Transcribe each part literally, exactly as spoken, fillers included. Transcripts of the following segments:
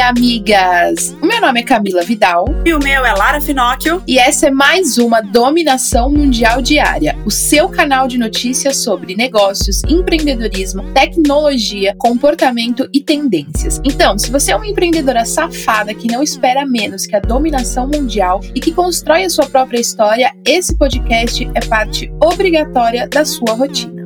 amigas! O meu nome é Camila Vidal. E o meu é Lara Finocchio. E essa é mais uma Dominação Mundial Diária, o seu canal de notícias sobre negócios, empreendedorismo, tecnologia, comportamento e tendências. Então, se você é uma empreendedora safada que não espera menos que a dominação mundial e que constrói a sua própria história, esse podcast é parte obrigatória da sua rotina.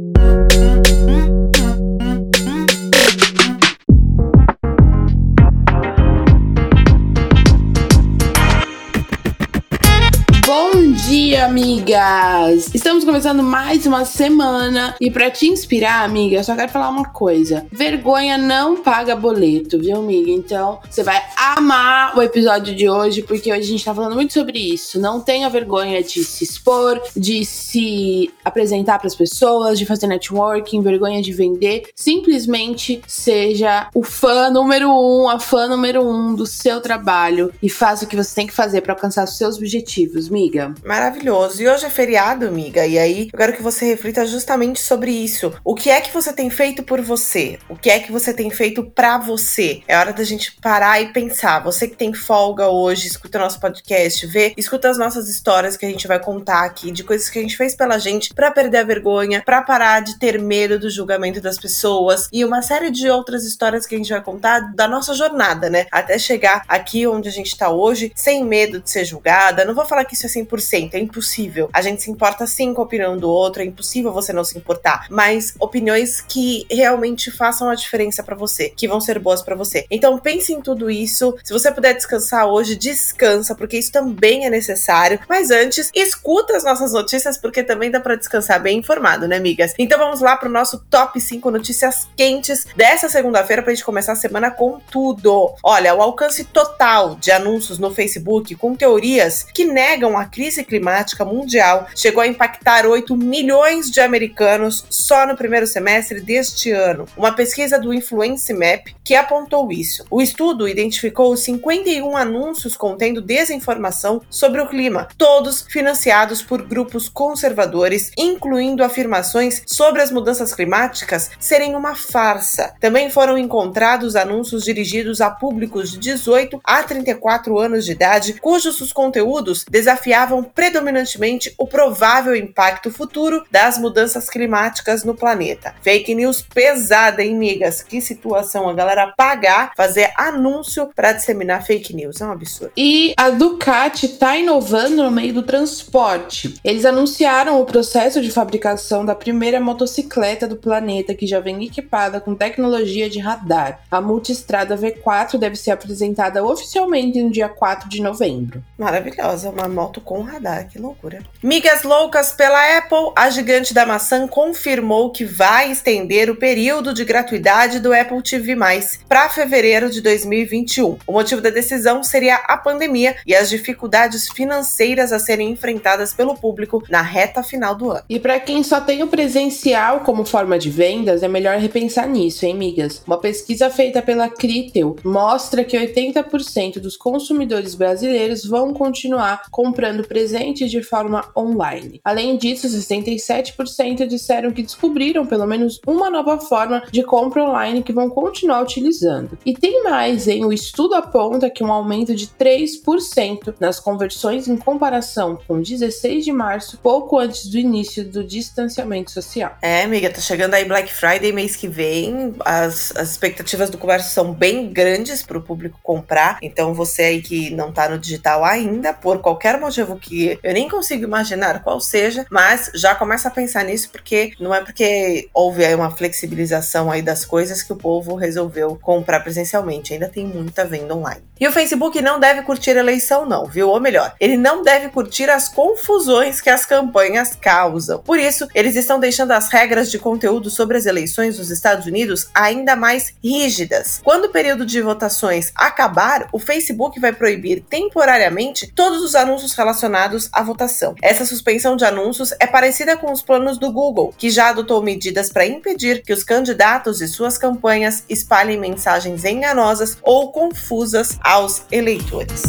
Bom dia, amigas! Estamos começando mais uma semana e pra te inspirar, amiga, eu só quero falar uma coisa. Vergonha não paga boleto, viu, amiga? Então, você vai amar o episódio de hoje, porque hoje a gente tá falando muito sobre isso. Não tenha vergonha de se expor, de se apresentar pras pessoas, de fazer networking, vergonha de vender. Simplesmente seja o fã número um, a fã número um do seu trabalho e faça o que você tem que fazer pra alcançar os seus objetivos, amiga. Maravilhoso. E hoje é feriado, amiga, e aí eu quero que você reflita justamente sobre isso. O que é que você tem feito por você? O que é que você tem feito pra você? É hora da gente parar e pensar. Você que tem folga hoje, escuta nosso podcast, vê, escuta as nossas histórias que a gente vai contar aqui, de coisas que a gente fez pela gente pra perder a vergonha, pra parar de ter medo do julgamento das pessoas e uma série de outras histórias que a gente vai contar da nossa jornada, né? Até chegar aqui onde a gente tá hoje, sem medo de ser julgada. Não vou falar que isso é cem por cento, é impossível. A gente se importa sim com a opinião do outro, é impossível você não se importar, mas opiniões que realmente façam a diferença pra você, que vão ser boas pra você. Então pense em tudo isso. Se você puder descansar hoje, descansa, porque isso também é necessário. Mas antes, escuta as nossas notícias, porque também dá pra descansar bem informado, né, amigas? Então vamos lá pro nosso top cinco notícias quentes dessa segunda-feira pra gente começar a semana com tudo. Olha, o alcance total de anúncios no Facebook com teorias que negam a crise climática mundial chegou a impactar oito milhões de americanos só no primeiro semestre deste ano. Uma pesquisa do Influence Map que apontou isso. O estudo identificou cinquenta e um anúncios contendo desinformação sobre o clima, todos financiados por grupos conservadores, incluindo afirmações sobre as mudanças climáticas serem uma farsa. Também foram encontrados anúncios dirigidos a públicos de dezoito a trinta e quatro anos de idade, cujos os conteúdos desafiavam predominantemente o provável impacto futuro das mudanças climáticas no planeta. Fake news pesada, hein, migas? Que situação, a galera pagar, fazer anúncio para disseminar fake news, é um absurdo. E a Ducati tá inovando no meio do transporte. Eles anunciaram o processo de fabricação da primeira motocicleta do planeta, que já vem equipada com tecnologia de radar. A Multistrada V quatro deve ser apresentada oficialmente no dia quatro de novembro. Maravilhosa, uma moto com radar, que loucura. Migas loucas pela Apple, a gigante da maçã confirmou que vai estender o período de gratuidade do Apple T V mais, para fevereiro de dois mil e vinte e um. O motivo da decisão seria a pandemia e as dificuldades financeiras a serem enfrentadas pelo público na reta final do ano. E para quem só tem o presencial como forma de vendas, é melhor repensar nisso, hein, migas? Uma pesquisa feita pela Critel mostra que oitenta por cento dos consumidores brasileiros vão continuar comprando presentes de forma online. Além disso, sessenta e sete por cento disseram que descobriram pelo menos uma nova forma de compra online que vão continuar utilizando. E tem mais, hein? O estudo aponta que um aumento de três por cento nas conversões em comparação com dezesseis de março, pouco antes do início do distanciamento social. É, amiga, tá chegando aí Black Friday mês que vem, as, as expectativas do comércio são bem grandes pro público comprar, então você aí que não tá no digital ainda, por qualquer motivo que eu nem consigo imaginar qual seja, mas já começa a pensar nisso, porque não é porque houve aí uma flexibilização aí das coisas que o povo resolveu comprar presencialmente, ainda tem muita venda online. E o Facebook não deve curtir a eleição não, viu? Ou melhor, ele não deve curtir as confusões que as campanhas causam. Por isso, eles estão deixando as regras de conteúdo sobre as eleições dos Estados Unidos ainda mais rígidas. Quando o período de votações acabar, o Facebook vai proibir temporariamente todos os anúncios relacionados à votação. Essa suspensão de anúncios é parecida com os planos do Google, que já adotou medidas para impedir que os candidatos e suas campanhas espalhem mensagens enganosas ou confusas aos eleitores.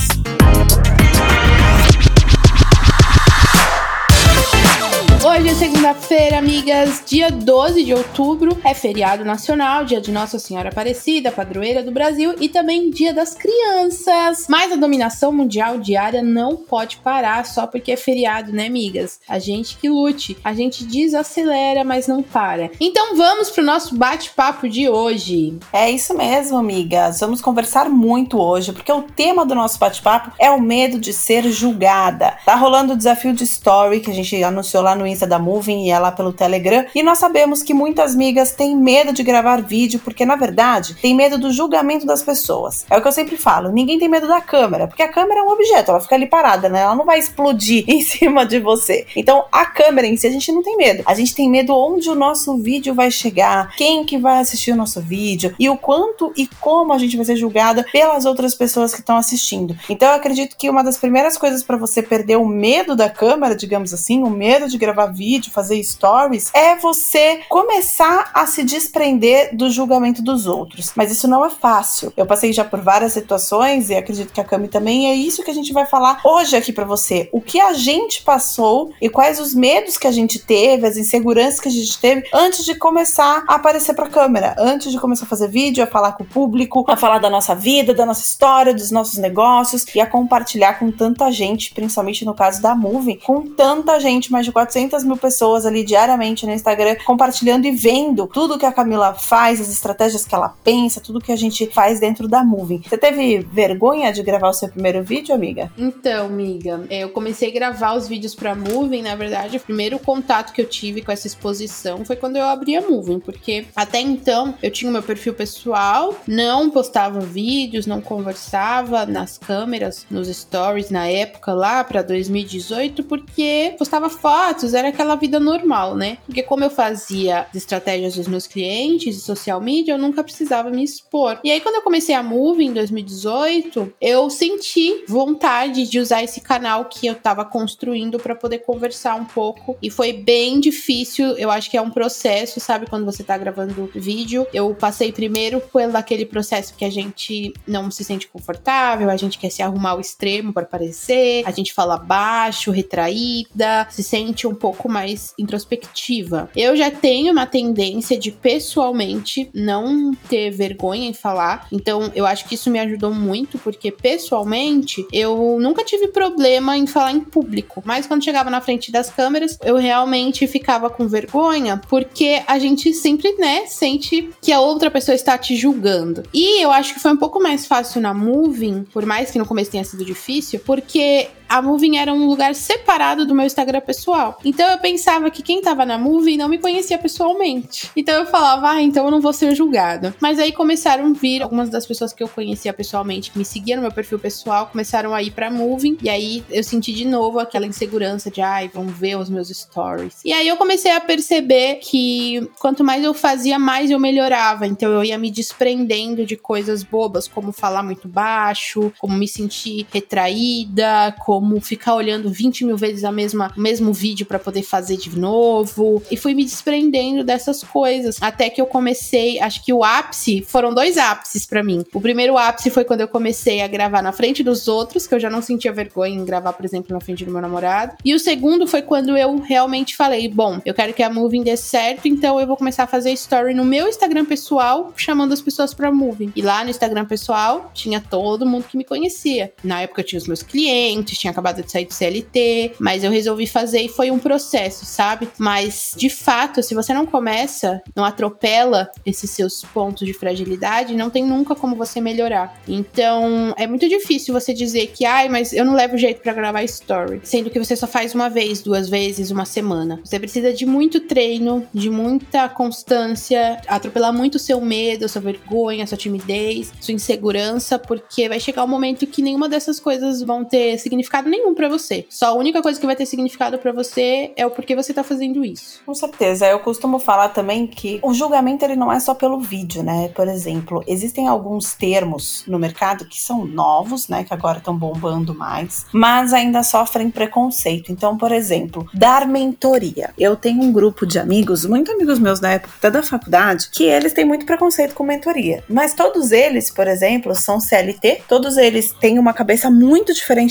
Hoje é segunda-feira, amigas, dia doze de outubro, é feriado nacional, dia de Nossa Senhora Aparecida, padroeira do Brasil, e também dia das crianças. Mas a dominação mundial diária não pode parar só porque é feriado, né, amigas? A gente que lute, a gente desacelera, mas não para. Então vamos pro nosso bate-papo de hoje. É isso mesmo, amigas. Vamos conversar muito hoje, porque o tema do nosso bate-papo é o medo de ser julgada. Tá rolando o desafio de story que a gente anunciou lá no Insta da Moving e é lá pelo Telegram, e nós sabemos que muitas amigas têm medo de gravar vídeo porque, na verdade, tem medo do julgamento das pessoas. É o que eu sempre falo, ninguém tem medo da câmera, porque a câmera é um objeto, ela fica ali parada, né? Ela não vai explodir em cima de você. Então, a câmera em si, a gente não tem medo. A gente tem medo onde o nosso vídeo vai chegar, quem que vai assistir o nosso vídeo, e o quanto e como a gente vai ser julgada pelas outras pessoas que estão assistindo. Então, eu acredito que uma das primeiras coisas para você perder o medo da câmera, digamos assim, o medo de gravar vídeo, fazer stories, é você começar a se desprender do julgamento dos outros. Mas isso não é fácil. Eu passei já por várias situações e acredito que a Cami também, e é isso que a gente vai falar hoje aqui pra você. O que a gente passou e quais os medos que a gente teve, as inseguranças que a gente teve antes de começar a aparecer pra câmera, antes de começar a fazer vídeo, a falar com o público, a falar da nossa vida, da nossa história, dos nossos negócios e a compartilhar com tanta gente, principalmente no caso da Moving, com tanta gente, mais de quatrocentas mil pessoas ali diariamente no Instagram, compartilhando e vendo tudo que a Camila faz, as estratégias que ela pensa, tudo que a gente faz dentro da Moving. Você teve vergonha de gravar o seu primeiro vídeo, amiga? Então, amiga, eu comecei a gravar os vídeos pra Moving, na verdade, o primeiro contato que eu tive com essa exposição foi quando eu abri a Moving, porque até então eu tinha o meu perfil pessoal, não postava vídeos, não conversava nas câmeras, nos stories na época lá pra dois mil e dezoito, porque postava fotos, era aquela vida normal, né? Porque como eu fazia as estratégias dos meus clientes de social media, eu nunca precisava me expor. E aí quando eu comecei a Moving em dois mil e dezoito, eu senti vontade de usar esse canal que eu tava construindo pra poder conversar um pouco. E foi bem difícil, eu acho que é um processo, sabe? Quando você tá gravando vídeo, eu passei primeiro pelo aquele processo que a gente não se sente confortável, a gente quer se arrumar ao extremo pra aparecer, a gente fala baixo, retraída, se sente um pouco mais introspectiva. Eu já tenho uma tendência de pessoalmente não ter vergonha em falar, então eu acho que isso me ajudou muito, porque pessoalmente eu nunca tive problema em falar em público, mas quando chegava na frente das câmeras eu realmente ficava com vergonha, porque a gente sempre, né, sente que a outra pessoa está te julgando. E eu acho que foi um pouco mais fácil na Moving, por mais que no começo tenha sido difícil, porque a Moving era um lugar separado do meu Instagram pessoal. Então eu pensava que quem tava na Moving não me conhecia pessoalmente. Então eu falava, ah, então eu não vou ser julgada. Mas aí começaram a vir algumas das pessoas que eu conhecia pessoalmente, que me seguiam no meu perfil pessoal, começaram a ir pra Moving. E aí eu senti de novo aquela insegurança de, ai, vão ver os meus stories. E aí eu comecei a perceber que quanto mais eu fazia, mais eu melhorava. Então eu ia me desprendendo de coisas bobas, como falar muito baixo, como me sentir retraída, como como ficar olhando vinte mil vezes a mesma, o mesmo vídeo pra poder fazer de novo. E fui me desprendendo dessas coisas. Até que eu comecei, acho que o ápice, foram dois ápices pra mim. O primeiro ápice foi quando eu comecei a gravar na frente dos outros, que eu já não sentia vergonha em gravar, por exemplo, na frente do meu namorado. E o segundo foi quando eu realmente falei, bom, eu quero que a Moving dê certo, então eu vou começar a fazer story no meu Instagram pessoal, chamando as pessoas pra Moving. E lá no Instagram pessoal, tinha todo mundo que me conhecia. Na época eu tinha os meus clientes, tinha acabado de sair do C L T, mas eu resolvi fazer e foi um processo, sabe? Mas, de fato, se você não começa, não atropela esses seus pontos de fragilidade, não tem nunca como você melhorar. Então, é muito difícil você dizer que, ai, mas eu não levo jeito pra gravar story, sendo que você só faz uma vez, duas vezes, uma semana. Você precisa de muito treino, de muita constância, atropelar muito o seu medo, a sua vergonha, a sua timidez, sua insegurança, porque vai chegar um momento que nenhuma dessas coisas vão ter significado nenhum pra você. Só a única coisa que vai ter significado pra você é o porquê você tá fazendo isso. Com certeza. Eu costumo falar também que o julgamento, ele não é só pelo vídeo, né? Por exemplo, existem alguns termos no mercado que são novos, né? Que agora estão bombando mais, mas ainda sofrem preconceito. Então, por exemplo, dar mentoria. Eu tenho um grupo de amigos, muito amigos meus na época da faculdade, que eles têm muito preconceito com mentoria. Mas todos eles, por exemplo, são C L T, todos eles têm uma cabeça muito diferente da minha,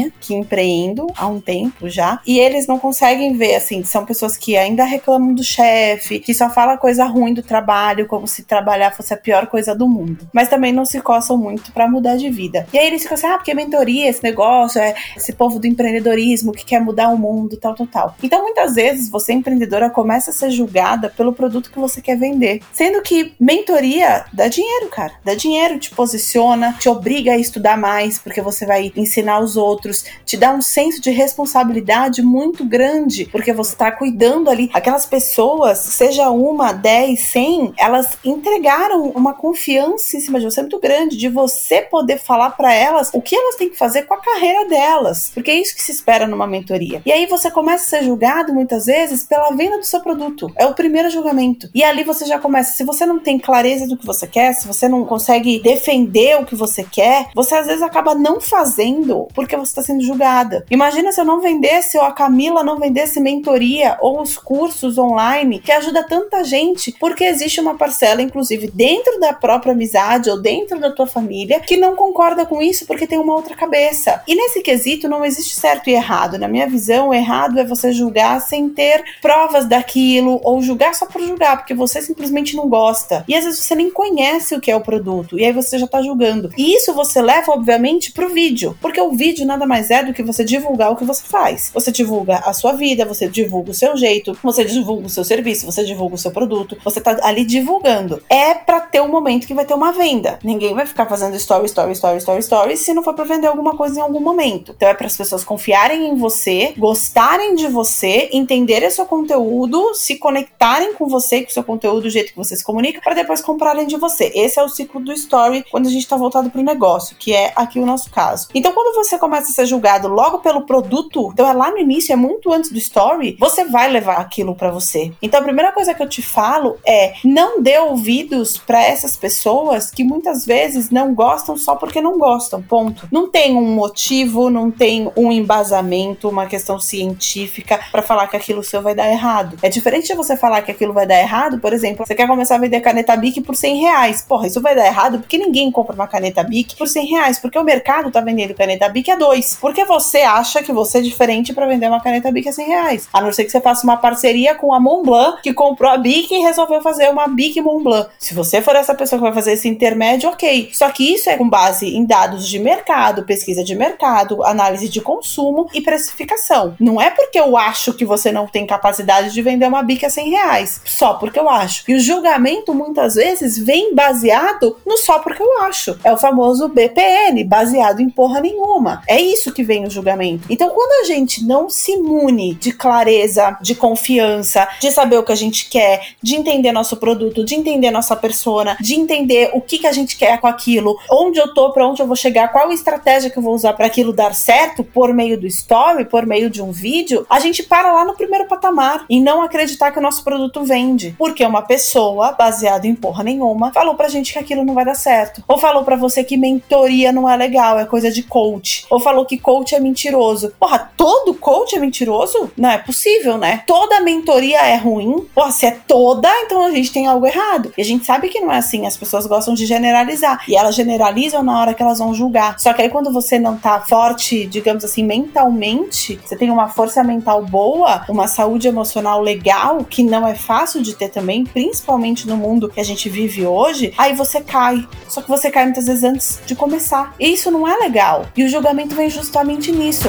minha, que empreendo há um tempo já, e eles não conseguem ver, assim, são pessoas que ainda reclamam do chefe, que só fala coisa ruim do trabalho, como se trabalhar fosse a pior coisa do mundo, mas também não se coçam muito pra mudar de vida. E aí eles ficam assim, ah, porque mentoria, esse negócio, é esse povo do empreendedorismo que quer mudar o mundo, tal, tal, tal. Então, muitas vezes, você empreendedora começa a ser julgada pelo produto que você quer vender, sendo que mentoria dá dinheiro, cara, dá dinheiro, te posiciona, te obriga a estudar mais, porque você vai ensinar os outros, te dá um senso de responsabilidade muito grande, porque você tá cuidando ali, aquelas pessoas, seja uma, dez, cem, elas entregaram uma confiança em cima de você muito grande, de você poder falar pra elas o que elas têm que fazer com a carreira delas, porque é isso que se espera numa mentoria. E aí você começa a ser julgado muitas vezes pela venda do seu produto, é o primeiro julgamento, e ali você já começa, se você não tem clareza do que você quer, se você não consegue defender o que você quer, você às vezes acaba não fazendo porque você está sendo julgada. Imagina se eu não vendesse, ou a Camila não vendesse mentoria ou os cursos online que ajuda tanta gente, porque existe uma parcela, inclusive dentro da própria amizade ou dentro da tua família, que não concorda com isso porque tem uma outra cabeça. E nesse quesito não existe certo e errado. Na minha visão, o errado é você julgar sem ter provas daquilo, ou julgar só por julgar, porque você simplesmente não gosta. E às vezes você nem conhece o que é o produto, e aí você já tá julgando. E isso você leva, obviamente, pro vídeo, porque o vídeo nada mais é do que você divulgar o que você faz. Você divulga a sua vida, você divulga o seu jeito, você divulga o seu serviço, você divulga o seu produto, você tá ali divulgando. É pra ter um momento que vai ter uma venda. Ninguém vai ficar fazendo story, story, story, story, story, se não for pra vender alguma coisa em algum momento. Então é para as pessoas confiarem em você, gostarem de você, entenderem o seu conteúdo, se conectarem com você, com o seu conteúdo, do jeito que você se comunica, para depois comprarem de você. Esse é o ciclo do story quando a gente tá voltado pro negócio, que é aqui o nosso caso. Então quando você começa a ser julgado logo pelo produto, então é lá no início, é muito antes do story, você vai levar aquilo pra você. Então a primeira coisa que eu te falo é, não dê ouvidos pra essas pessoas que muitas vezes não gostam só porque não gostam, ponto. Não tem um motivo, não tem um embasamento, uma questão científica pra falar que aquilo seu vai dar errado. É diferente de você falar que aquilo vai dar errado, por exemplo, você quer começar a vender caneta Bic por cem reais. Porra, isso vai dar errado porque ninguém compra uma caneta Bic por cem reais, porque o mercado tá vendendo caneta Bic a dois. Porque você acha que você é diferente pra vender uma caneta Bic a cem reais. A não ser que você faça uma parceria com a Montblanc, que comprou a Bic e resolveu fazer uma Bic Montblanc. Se você for essa pessoa que vai fazer esse intermédio, ok. Só que isso é com base em dados de mercado, pesquisa de mercado, análise de consumo e precificação. Não é porque eu acho que você não tem capacidade de vender uma Bic a cem reais. Só porque eu acho. E o julgamento, muitas vezes, vem baseado no só porque eu acho. É o famoso B P N, baseado em porra nenhuma. É isso que vem o julgamento. Então, quando a gente não se mune de clareza, de confiança, de saber o que a gente quer, de entender nosso produto, de entender nossa persona, de entender o que, que a gente quer com aquilo, onde eu tô, pra onde eu vou chegar, qual estratégia que eu vou usar para aquilo dar certo, por meio do story, por meio de um vídeo, a gente para lá no primeiro patamar e não acreditar que o nosso produto vende. Porque uma pessoa, baseada em porra nenhuma, falou pra gente que aquilo não vai dar certo. Ou falou pra você que mentoria não é legal, é coisa de coach. Ou falou que coach é mentiroso. Porra, todo coach é mentiroso? Não é possível, né? Toda mentoria é ruim? Porra, se é toda, então a gente tem algo errado. E a gente sabe que não é assim, as pessoas gostam de generalizar. E elas generalizam na hora que elas vão julgar. Só que aí quando você não tá forte, digamos assim, mentalmente, você tem uma força mental boa, uma saúde emocional legal, que não é fácil de ter também, principalmente no mundo que a gente vive hoje, aí você cai. Só que você cai muitas vezes antes de começar. E isso não é legal. E o julgamento vem justamente nisso.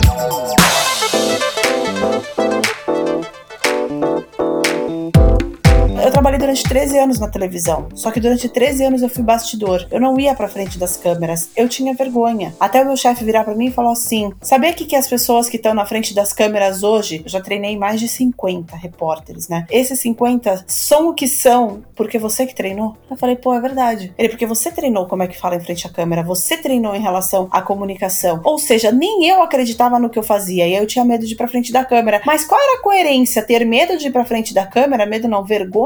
Eu trabalhei durante treze anos na televisão, só que durante treze anos eu fui bastidor. Eu não ia pra frente das câmeras, eu tinha vergonha. Até o meu chefe virar pra mim e falar assim, sabia que, que as pessoas que estão na frente das câmeras hoje, eu já treinei mais de cinquenta repórteres, né? Esses cinquenta são o que são porque você que treinou? Eu falei, pô, é verdade. Ele, porque você treinou como é que fala em frente à câmera, você treinou em relação à comunicação. Ou seja, nem eu acreditava no que eu fazia e eu tinha medo de ir pra frente da câmera. Mas qual era a coerência? Ter medo de ir pra frente da câmera, medo não, vergonha, se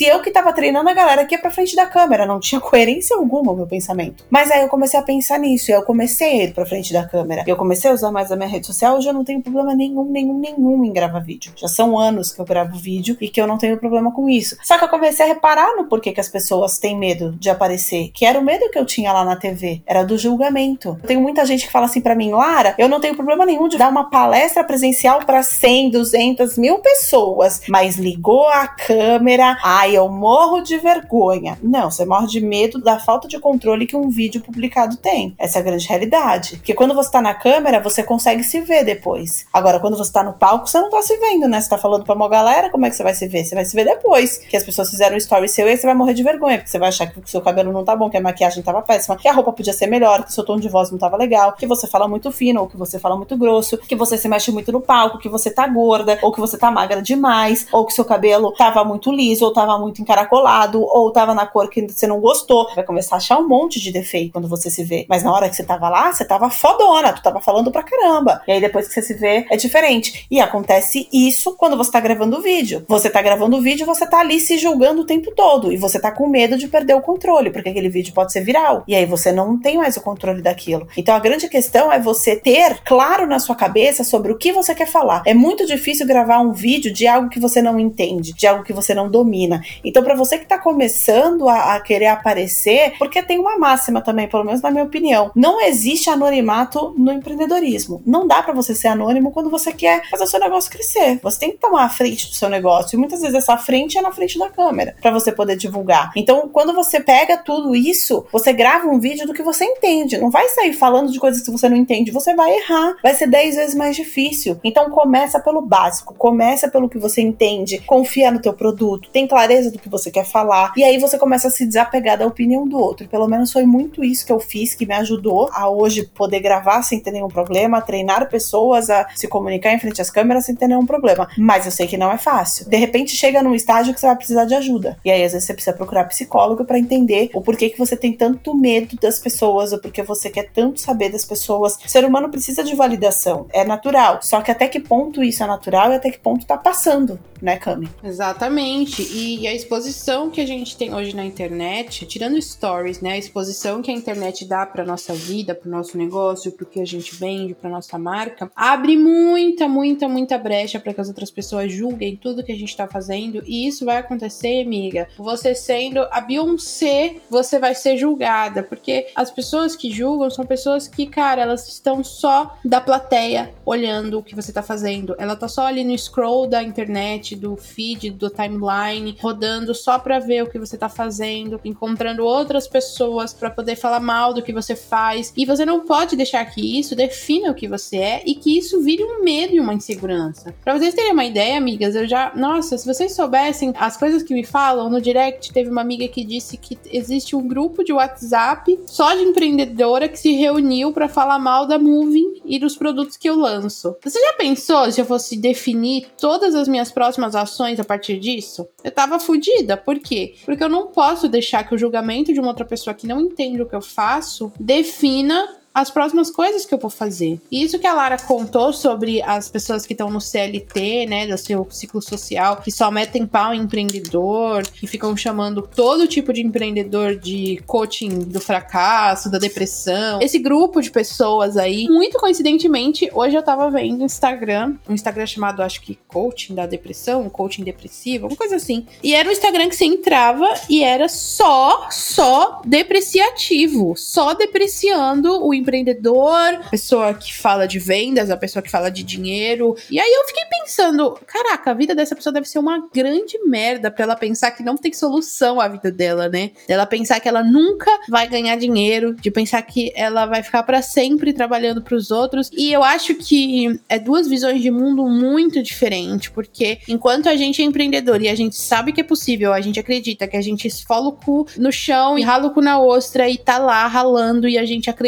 Se eu que tava treinando a galera aqui pra frente da câmera, não tinha coerência alguma o meu pensamento. Mas aí eu comecei a pensar nisso, e eu comecei a ir pra frente da câmera. Eu comecei a usar mais a minha rede social, hoje eu não tenho problema nenhum, nenhum, nenhum em gravar vídeo. Já são anos que eu gravo vídeo e que eu não tenho problema com isso. Só que eu comecei a reparar no porquê que as pessoas têm medo de aparecer, que era o medo que eu tinha lá na T V, era do julgamento. Eu tenho muita gente que fala assim pra mim, Lara, eu não tenho problema nenhum de dar uma palestra presencial pra cem, duzentas mil pessoas, mas ligou a câmera, ai, eu morro de vergonha. Não, você morre de medo da falta de controle que um vídeo publicado tem. Essa é a grande realidade. Porque quando você tá na câmera, você consegue se ver depois. Agora, quando você tá no palco, você não tá se vendo, né? Você tá falando pra uma galera, como é que você vai se ver? Você vai se ver depois, que as pessoas fizeram um story seu e aí você vai morrer de vergonha, porque você vai achar que o seu cabelo não tá bom, que a maquiagem tava péssima, que a roupa podia ser melhor, que o seu tom de voz não tava legal, que você fala muito fino, ou que você fala muito grosso, que você se mexe muito no palco, que você tá gorda, ou que você tá magra demais, ou que seu cabelo tava muito liso, ou tava muito encaracolado, ou tava na cor que você não gostou. Vai começar a achar um monte de defeito quando você se vê. Mas na hora que você tava lá, você tava fodona, tu tava falando pra caramba. E aí depois que você se vê, é diferente. E acontece isso quando você tá gravando o vídeo. Você tá gravando o vídeo, você tá ali se julgando o tempo todo. E você tá com medo de perder o controle, porque aquele vídeo pode ser viral. E aí você não tem mais o controle daquilo. Então a grande questão é você ter claro na sua cabeça sobre o que você quer falar. É muito difícil gravar um vídeo de algo que você não entende, de algo que você não domina. Então pra você que tá começando a, a querer aparecer, porque tem uma máxima também, pelo menos na minha opinião, não existe anonimato no empreendedorismo. Não dá pra você ser anônimo quando você quer fazer o seu negócio crescer. Você tem que tomar a frente do seu negócio, e muitas vezes essa frente é na frente da câmera, pra você poder divulgar. Então, quando você pega tudo isso, você grava um vídeo do que você entende. Não vai sair falando de coisas que você não entende, você vai errar. Vai ser dez vezes mais difícil. Então, começa pelo básico, começa pelo que você entende, confia no teu produto, tem clareza do que você quer falar, e aí você começa a se desapegar da opinião do outro. Pelo menos foi muito isso que eu fiz, que me ajudou a hoje poder gravar sem ter nenhum problema, a treinar pessoas a se comunicar em frente às câmeras sem ter nenhum problema. Mas eu sei que não é fácil. De repente chega num estágio que você vai precisar de ajuda. E aí às vezes você precisa procurar psicólogo pra entender o porquê que você tem tanto medo das pessoas, ou porque você quer tanto saber das pessoas. O ser humano precisa de validação. É natural. Só que até que ponto isso é natural e até que ponto tá passando, né, Cami? Exatamente. E a exposição que a gente tem hoje na internet, tirando stories, né, a exposição que a internet dá pra nossa vida, pro nosso negócio, pro que a gente vende, pra nossa marca, abre muita, muita, muita brecha para que as outras pessoas julguem tudo que a gente tá fazendo. E isso vai acontecer, amiga. Você sendo a Beyoncé, você vai ser julgada, porque as pessoas que julgam são pessoas que, cara, elas estão só da plateia olhando o que você tá fazendo. Ela tá só ali no scroll da internet, do feed, do timeline, rodando só pra ver o que você tá fazendo, encontrando outras pessoas pra poder falar mal do que você faz. E você não pode deixar que isso defina o que você é e que isso vire um medo e uma insegurança. Pra vocês terem uma ideia, amigas, eu já... Nossa, se vocês soubessem as coisas que me falam, no direct teve uma amiga que disse que existe um grupo de WhatsApp só de empreendedora que se reuniu pra falar mal da Moving e dos produtos que eu lanço. Você já pensou se eu fosse definir todas as minhas próximas ações a partir disso? Eu tava fodida. Por quê? Porque eu não posso deixar que o julgamento de uma outra pessoa que não entende o que eu faço defina as próximas coisas que eu vou fazer. E isso que a Lara contou sobre as pessoas que estão no C L T, né, do seu ciclo social, que só metem pau em empreendedor, e ficam chamando todo tipo de empreendedor de coaching do fracasso, da depressão. Esse grupo de pessoas aí, muito coincidentemente, hoje eu tava vendo no Instagram, um Instagram chamado, acho que coaching da depressão, coaching depressivo, alguma coisa assim. E era um Instagram que você entrava e era só, só depreciativo, só depreciando o empreendedor, a pessoa que fala de vendas, a pessoa que fala de dinheiro. E aí eu fiquei pensando, caraca, a vida dessa pessoa deve ser uma grande merda pra ela pensar que não tem solução a vida dela, né? Ela pensar que ela nunca vai ganhar dinheiro, de pensar que ela vai ficar pra sempre trabalhando pros outros. E eu acho que é duas visões de mundo muito diferentes, porque enquanto a gente é empreendedor e a gente sabe que é possível, a gente acredita que a gente esfola o cu no chão e rala o cu na ostra e tá lá ralando e a gente acredita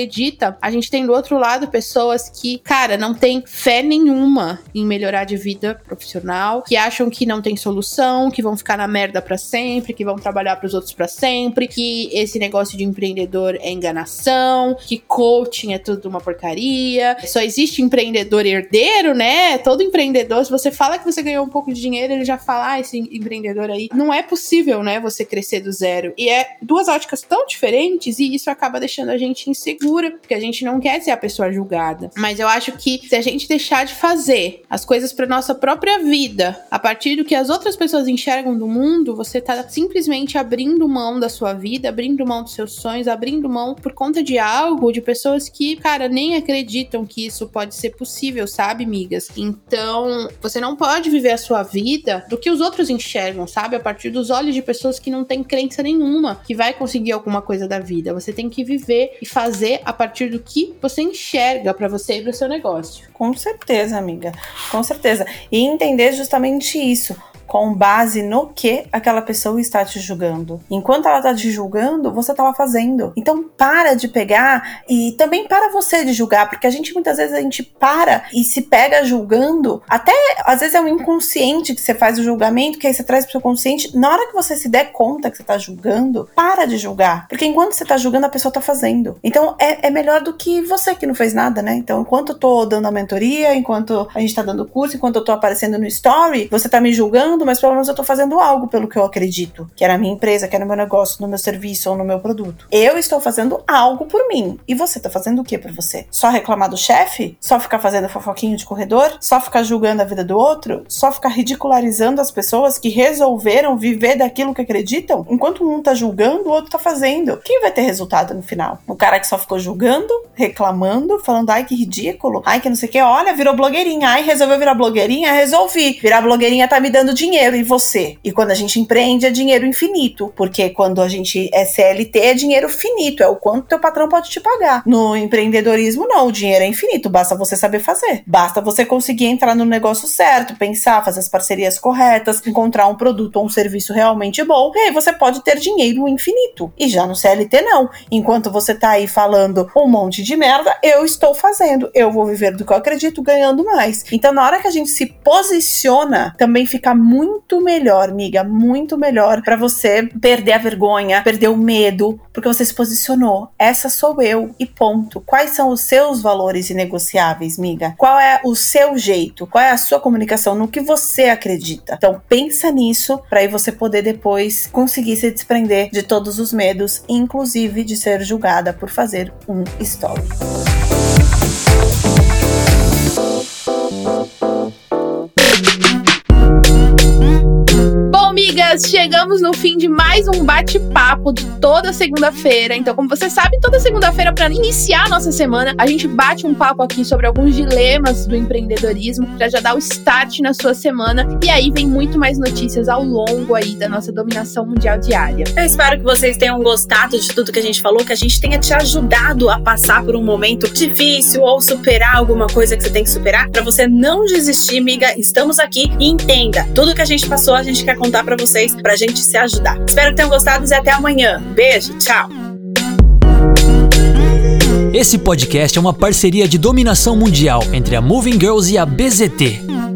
otimista, a gente tem do outro lado pessoas que, cara, não tem fé nenhuma em melhorar de vida profissional, que acham que não tem solução, que vão ficar na merda pra sempre, que vão trabalhar pros outros pra sempre, que esse negócio de empreendedor é enganação, que coaching é tudo uma porcaria, só existe empreendedor herdeiro, né? Todo empreendedor, se você fala que você ganhou um pouco de dinheiro, ele já fala, ah, esse empreendedor aí, não é possível, né, você crescer do zero. E é duas óticas tão diferentes e isso acaba deixando a gente insegura, porque a gente não quer ser a pessoa julgada. Mas eu acho que se a gente deixar de fazer as coisas pra nossa própria vida, a partir do que as outras pessoas enxergam do mundo, você tá simplesmente abrindo mão da sua vida, abrindo mão dos seus sonhos, abrindo mão por conta de algo, de pessoas que, cara, nem acreditam que isso pode ser possível, sabe, migas? Então, você não pode viver a sua vida do que os outros enxergam, sabe? A partir dos olhos de pessoas que não têm crença nenhuma, que vai conseguir alguma coisa da vida. Você tem que viver e fazer a partir do que você enxerga pra você e pro seu negócio. Com certeza, amiga. Com certeza. E entender justamente isso. Com base no que aquela pessoa está te julgando. Enquanto ela está te julgando, você está lá fazendo. Então para de pegar e também para você de julgar, porque a gente muitas vezes a gente para e se pega julgando, até às vezes é um inconsciente que você faz o julgamento, que aí você traz pro seu consciente. Na hora que você se der conta que você está julgando, para de julgar, porque enquanto você está julgando, a pessoa está fazendo. Então é, é melhor do que você que não fez nada, né? Então enquanto eu tô dando a mentoria, enquanto a gente tá dando curso, enquanto eu tô aparecendo no story, você tá me julgando, mas pelo menos eu tô fazendo algo pelo que eu acredito, que era a minha empresa, que era o meu negócio, no meu serviço ou no meu produto. Eu estou fazendo algo por mim. E você tá fazendo o que por você? Só reclamar do chefe? Só ficar fazendo fofoquinho de corredor? Só ficar julgando a vida do outro? Só ficar ridicularizando as pessoas que resolveram viver daquilo que acreditam? Enquanto um tá julgando, o outro tá fazendo. Quem vai ter resultado no final? O cara que só ficou julgando, reclamando, falando, ai que ridículo, ai que não sei o que, olha, virou blogueirinha, ai resolveu virar blogueirinha, resolvi. Virar blogueirinha tá me dando dinheiro, e você? E quando a gente empreende é dinheiro infinito, porque quando a gente é C L T é dinheiro finito, é o quanto teu patrão pode te pagar. No empreendedorismo não, o dinheiro é infinito, basta você saber fazer, basta você conseguir entrar no negócio certo, pensar, fazer as parcerias corretas, encontrar um produto ou um serviço realmente bom, e aí você pode ter dinheiro infinito. E já no C L T não, enquanto você tá aí falando um monte de merda, eu estou fazendo, eu vou viver do que eu acredito, ganhando mais. Então na hora que a gente se posiciona, também fica muito melhor, amiga, muito melhor pra você perder a vergonha, perder o medo, porque você se posicionou. Essa sou eu e ponto. Quais são os seus valores inegociáveis, amiga? Qual é o seu jeito? Qual é a sua comunicação? No que você acredita? Então pensa nisso pra aí você poder depois conseguir se desprender de todos os medos, inclusive de ser julgada por fazer um story. Amigas, chegamos no fim de mais um bate-papo de toda segunda-feira. Então, como você sabe, toda segunda-feira, para iniciar a nossa semana, a gente bate um papo aqui sobre alguns dilemas do empreendedorismo para já dar o start na sua semana. E aí vem muito mais notícias ao longo aí da nossa dominação mundial diária. Eu espero que vocês tenham gostado de tudo que a gente falou, que a gente tenha te ajudado a passar por um momento difícil ou superar alguma coisa que você tem que superar. Para você não desistir, amiga, estamos aqui e entenda, tudo que a gente passou, a gente quer contar para vocês, pra gente se ajudar. Espero que tenham gostado e até amanhã. Beijo, tchau! Esse podcast é uma parceria de dominação mundial entre a Moving Girls e a B Z T.